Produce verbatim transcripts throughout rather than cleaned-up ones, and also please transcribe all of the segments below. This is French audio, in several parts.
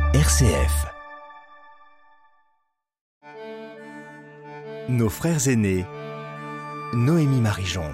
R C F. Nos frères aînés, Noémie Marijon.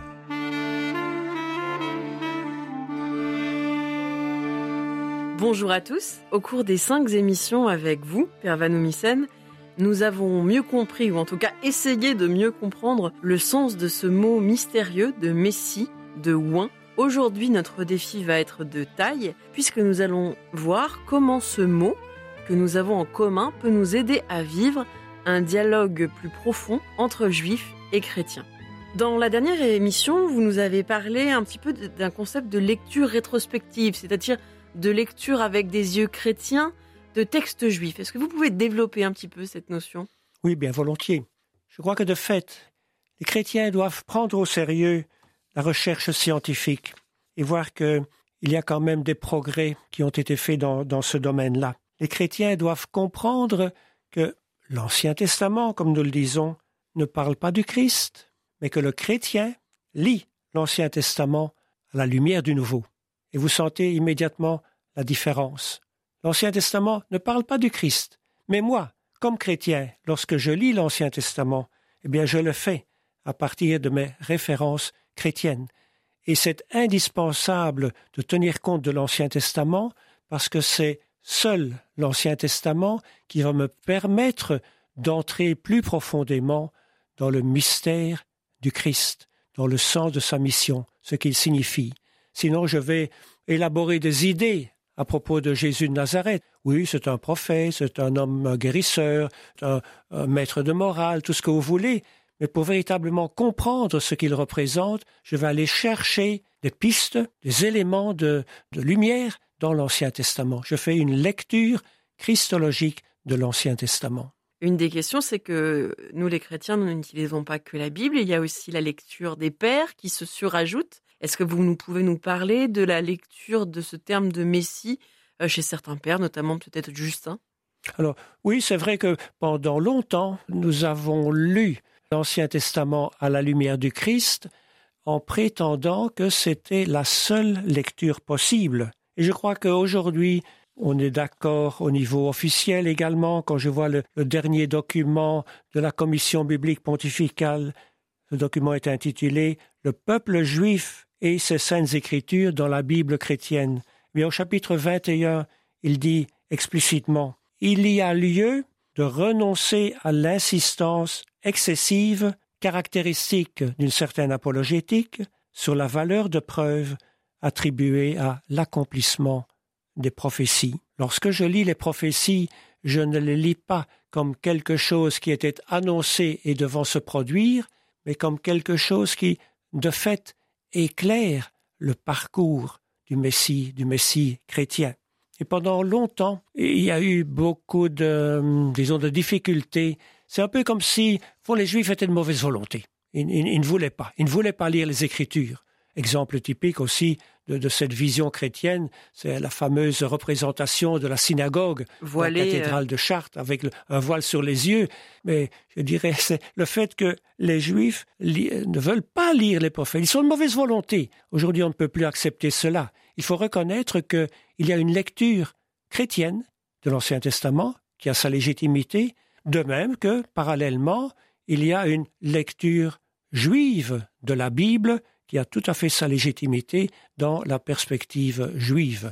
Bonjour à tous. Au cours des cinq émissions avec vous, Père Vanoumissen, nous avons mieux compris, ou en tout cas essayé de mieux comprendre le sens de ce mot mystérieux de Messie, de oint. Aujourd'hui, notre défi va être de taille, puisque nous allons voir comment ce mot que nous avons en commun peut nous aider à vivre un dialogue plus profond entre juifs et chrétiens. Dans la dernière émission, vous nous avez parlé un petit peu d'un concept de lecture rétrospective, c'est-à-dire de lecture avec des yeux chrétiens de textes juifs. Est-ce que vous pouvez développer un petit peu cette notion ? Oui, bien volontiers. Je crois que de fait, les chrétiens doivent prendre au sérieux la recherche scientifique et voir qu'il y a quand même des progrès qui ont été faits dans, dans ce domaine-là. Les chrétiens doivent comprendre que l'Ancien Testament, comme nous le disons, ne parle pas du Christ, mais que le chrétien lit l'Ancien Testament à la lumière du Nouveau. Et vous sentez immédiatement la différence. L'Ancien Testament ne parle pas du Christ, mais moi, comme chrétien, lorsque je lis l'Ancien Testament, eh bien je le fais à partir de mes références chrétiennes. Et c'est indispensable de tenir compte de l'Ancien Testament parce que c'est seul l'Ancien Testament qui va me permettre d'entrer plus profondément dans le mystère du Christ, dans le sens de sa mission, ce qu'il signifie. Sinon, je vais élaborer des idées à propos de Jésus de Nazareth. Oui, c'est un prophète, c'est un homme guérisseur, un, un maître de morale, tout ce que vous voulez. Mais pour véritablement comprendre ce qu'il représente, je vais aller chercher des pistes, des éléments de, de lumière dans l'Ancien Testament. Je fais une lecture christologique de l'Ancien Testament. Une des questions, c'est que nous, les chrétiens, nous n'utilisons pas que la Bible. Il y a aussi la lecture des pères qui se surajoutent. Est-ce que vous nous pouvez nous parler de la lecture de ce terme de Messie chez certains pères, notamment peut-être Justin ? Alors, oui, c'est vrai que pendant longtemps, nous avons lu l'Ancien Testament à la lumière du Christ en prétendant que c'était la seule lecture possible. Et je crois qu'aujourd'hui, on est d'accord au niveau officiel également. Quand je vois le, le dernier document de la Commission biblique pontificale, ce document est intitulé « Le peuple juif et ses saintes écritures dans la Bible chrétienne ». Bien, au chapitre vingt et un, il dit explicitement « Il y a lieu de renoncer à l'insistance excessive, caractéristique d'une certaine apologétique, sur la valeur de preuve attribuée à l'accomplissement des prophéties. Lorsque je lis les prophéties, je ne les lis pas comme quelque chose qui était annoncé et devant se produire, mais comme quelque chose qui, de fait, éclaire le parcours du Messie, du Messie chrétien. Et pendant longtemps, il y a eu beaucoup de, disons, de difficultés. C'est un peu comme si bon, les Juifs étaient de mauvaise volonté. Ils, ils, ils ne voulaient pas. Ils ne voulaient pas lire les Écritures. Exemple typique aussi de, de cette vision chrétienne, c'est la fameuse représentation de la synagogue, Voilé, de la cathédrale de Chartres, avec le, un voile sur les yeux. Mais je dirais, c'est le fait que les Juifs li, ne veulent pas lire les prophètes. Ils sont de mauvaise volonté. Aujourd'hui, on ne peut plus accepter cela. Il faut reconnaître qu'il y a une lecture chrétienne de l'Ancien Testament qui a sa légitimité, de même que, parallèlement, il y a une lecture juive de la Bible qui a tout à fait sa légitimité dans la perspective juive.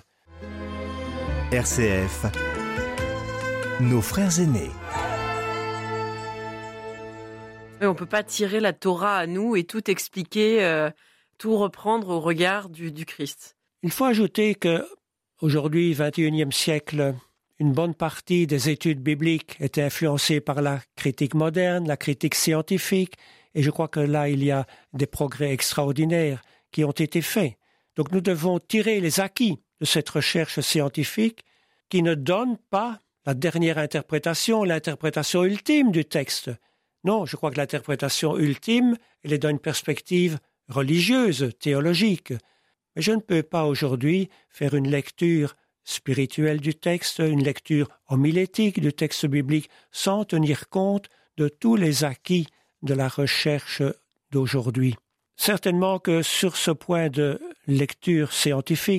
R C F, nos frères aînés. Mais on ne peut pas tirer la Torah à nous et tout expliquer, euh, tout reprendre au regard du, du Christ. Il faut ajouter qu'aujourd'hui, vingt et unième siècle, une bonne partie des études bibliques est influencée par la critique moderne, la critique scientifique, et je crois que là, il y a des progrès extraordinaires qui ont été faits. Donc nous devons tirer les acquis de cette recherche scientifique qui ne donne pas la dernière interprétation, l'interprétation ultime du texte. Non, je crois que l'interprétation ultime, elle est dans une perspective religieuse, théologique. Mais je ne peux pas aujourd'hui faire une lecture spirituelle du texte, une lecture homilétique du texte biblique, sans tenir compte de tous les acquis de la recherche d'aujourd'hui. Certainement que sur ce point de lecture scientifique,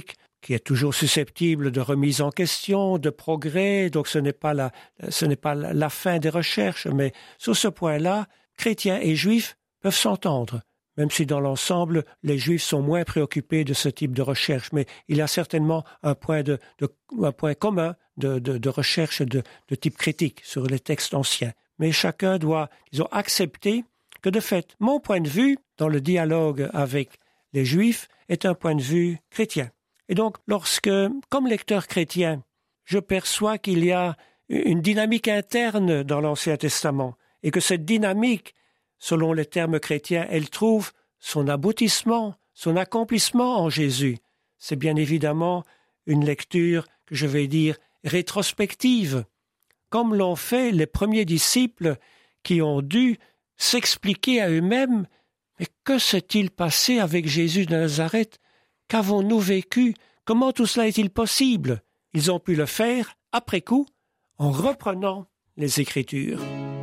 qui est toujours susceptible de remise en question, de progrès, donc ce n'est pas la, ce n'est pas la fin des recherches, mais sur ce point-là, chrétiens et juifs peuvent s'entendre, même si dans l'ensemble, les juifs sont moins préoccupés de ce type de recherche, mais il y a certainement un point, de, de, un point commun de, de, de recherche de, de type critique sur les textes anciens. Mais chacun doit, disons, accepter que de fait, mon point de vue, dans le dialogue avec les juifs, est un point de vue chrétien. Et donc, lorsque, comme lecteur chrétien, je perçois qu'il y a une dynamique interne dans l'Ancien Testament et que cette dynamique, selon les termes chrétiens, elle trouve son aboutissement, son accomplissement en Jésus, c'est bien évidemment une lecture que je vais dire rétrospective, comme l'ont fait les premiers disciples qui ont dû s'expliquer à eux-mêmes « Mais que s'est-il passé avec Jésus de Nazareth ? Qu'avons-nous vécu ? Comment tout cela est-il possible ?» Ils ont pu le faire, après coup, en reprenant les Écritures.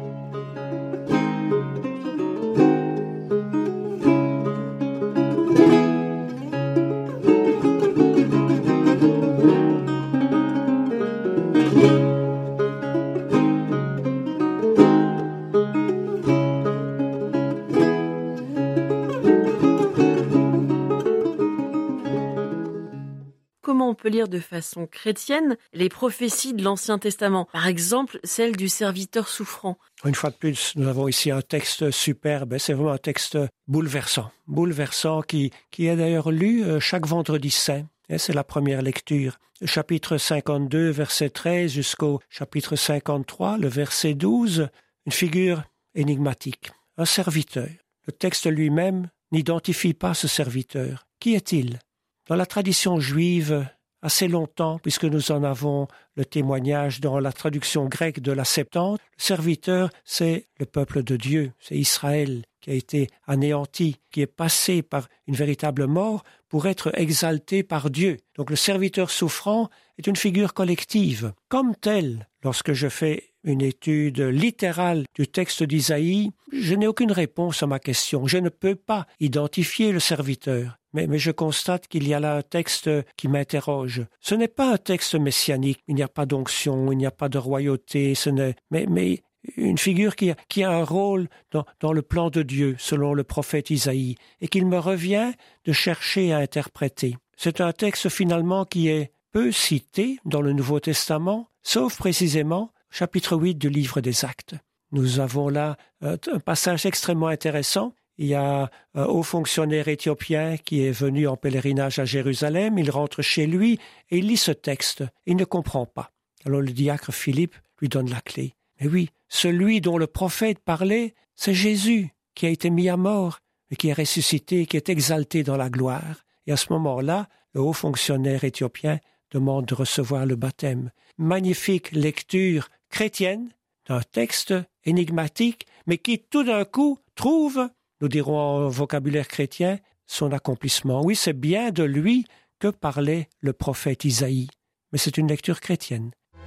On peut lire de façon chrétienne les prophéties de l'Ancien Testament, par exemple celle du serviteur souffrant. Une fois de plus, nous avons ici un texte superbe, c'est vraiment un texte bouleversant, bouleversant qui, qui est d'ailleurs lu chaque vendredi saint. Et c'est la première lecture. Le chapitre cinquante-deux, verset treize, jusqu'au chapitre cinquante-trois, le verset douze, une figure énigmatique, un serviteur. Le texte lui-même n'identifie pas ce serviteur. Qui est-il ? Dans la tradition juive, assez longtemps, puisque nous en avons le témoignage dans la traduction grecque de la Septante, le serviteur, c'est le peuple de Dieu, c'est Israël qui a été anéanti, qui est passé par une véritable mort pour être exalté par Dieu. Donc le serviteur souffrant est une figure collective. Comme tel, lorsque je fais une étude littérale du texte d'Isaïe, je n'ai aucune réponse à ma question. Je ne peux pas identifier le serviteur. Mais, mais je constate qu'il y a là un texte qui m'interroge. Ce n'est pas un texte messianique. Il n'y a pas d'onction, il n'y a pas de royauté. Ce n'est, mais, mais une figure qui a, qui a un rôle dans, dans le plan de Dieu, selon le prophète Isaïe, et qu'il me revient de chercher à interpréter. C'est un texte finalement qui est peu cité dans le Nouveau Testament, sauf précisément chapitre huit du livre des Actes. Nous avons là un, un passage extrêmement intéressant. Il y a un haut fonctionnaire éthiopien qui est venu en pèlerinage à Jérusalem. Il rentre chez lui et il lit ce texte. Il ne comprend pas. Alors le diacre Philippe lui donne la clé. Mais oui, celui dont le prophète parlait, c'est Jésus qui a été mis à mort, mais qui est ressuscité, qui est exalté dans la gloire. Et à ce moment-là, le haut fonctionnaire éthiopien demande de recevoir le baptême. Magnifique lecture chrétienne d'un texte énigmatique, mais qui tout d'un coup trouve, nous dirons en vocabulaire chrétien, son accomplissement. Oui, c'est bien de lui que parlait le prophète Isaïe, mais c'est une lecture chrétienne.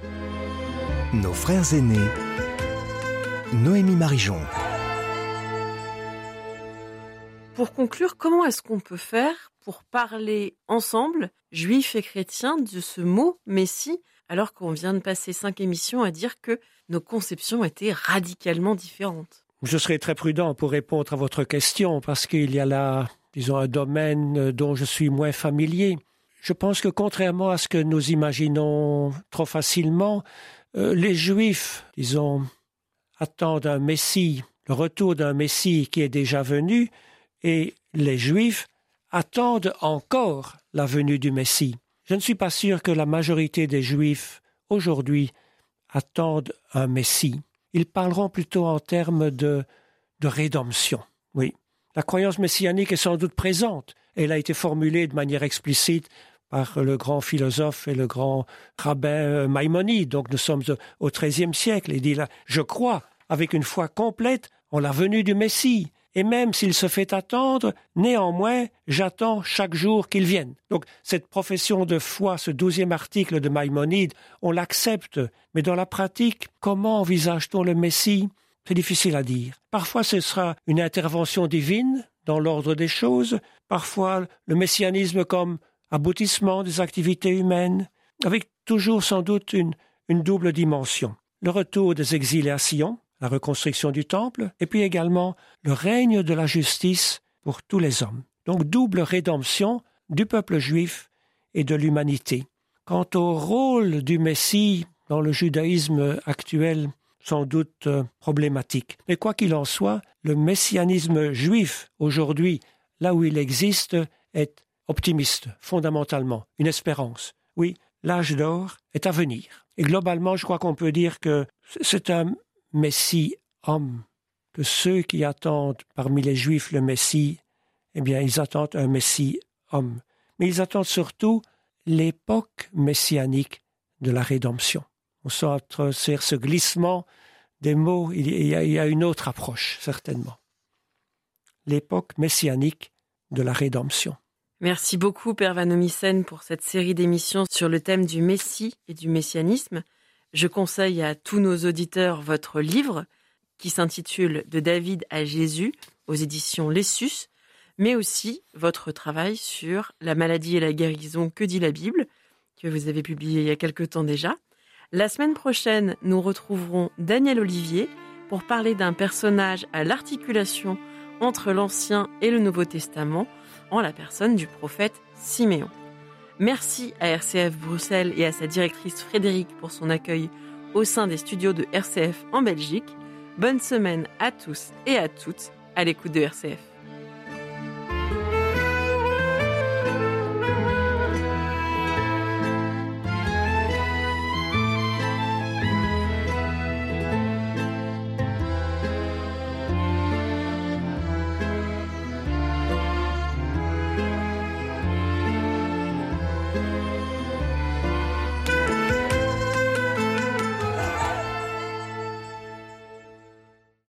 Nos frères aînés, Noémie Marijon. Pour conclure, comment est-ce qu'on peut faire pour parler ensemble, juifs et chrétiens, de ce mot « Messie », alors qu'on vient de passer cinq émissions à dire que nos conceptions étaient radicalement différentes ? Je serai très prudent pour répondre à votre question parce qu'il y a là, disons, un domaine dont je suis moins familier. Je pense que contrairement à ce que nous imaginons trop facilement, euh, les Juifs, disons, attendent un Messie, le retour d'un Messie qui est déjà venu, et les Juifs attendent encore la venue du Messie. Je ne suis pas sûr que la majorité des Juifs, aujourd'hui, attendent un Messie. Ils parleront plutôt en termes de, de rédemption. Oui, la croyance messianique est sans doute présente. Elle a été formulée de manière explicite par le grand philosophe et le grand rabbin Maïmonide. Donc nous sommes au treizième siècle. Il dit là, je crois, avec une foi complète, en la venue du Messie. Et même s'il se fait attendre, néanmoins, j'attends chaque jour qu'il vienne. Donc, cette profession de foi, ce douzième article de Maïmonide, on l'accepte. Mais dans la pratique, comment envisage-t-on le Messie ? C'est difficile à dire. Parfois, ce sera une intervention divine dans l'ordre des choses. Parfois, le messianisme comme aboutissement des activités humaines, avec toujours sans doute une, une double dimension. Le retour des exilés à Sion, la reconstruction du temple, et puis également le règne de la justice pour tous les hommes. Donc double rédemption du peuple juif et de l'humanité. Quant au rôle du Messie dans le judaïsme actuel, sans doute euh, problématique. Mais quoi qu'il en soit, le messianisme juif aujourd'hui, là où il existe, est optimiste, fondamentalement, une espérance. Oui, l'âge d'or est à venir. Et globalement, je crois qu'on peut dire que c'est un Messie homme, que ceux qui attendent parmi les Juifs le Messie, eh bien, ils attendent un Messie homme. Mais ils attendent surtout l'époque messianique de la rédemption. On sent à travers ce glissement des mots, il y a, il y a une autre approche, certainement. L'époque messianique de la rédemption. Merci beaucoup, Père Van Ommysen, pour cette série d'émissions sur le thème du Messie et du messianisme. Je conseille à tous nos auditeurs votre livre qui s'intitule « De David à Jésus » aux éditions Lessus, mais aussi votre travail sur la maladie et la guérison, que dit la Bible, que vous avez publié il y a quelque temps déjà. La semaine prochaine, nous retrouverons Daniel Olivier pour parler d'un personnage à l'articulation entre l'Ancien et le Nouveau Testament, en la personne du prophète Siméon. Merci à R C F Bruxelles et à sa directrice Frédéric pour son accueil au sein des studios de R C F en Belgique. Bonne semaine à tous et à toutes à l'écoute de R C F.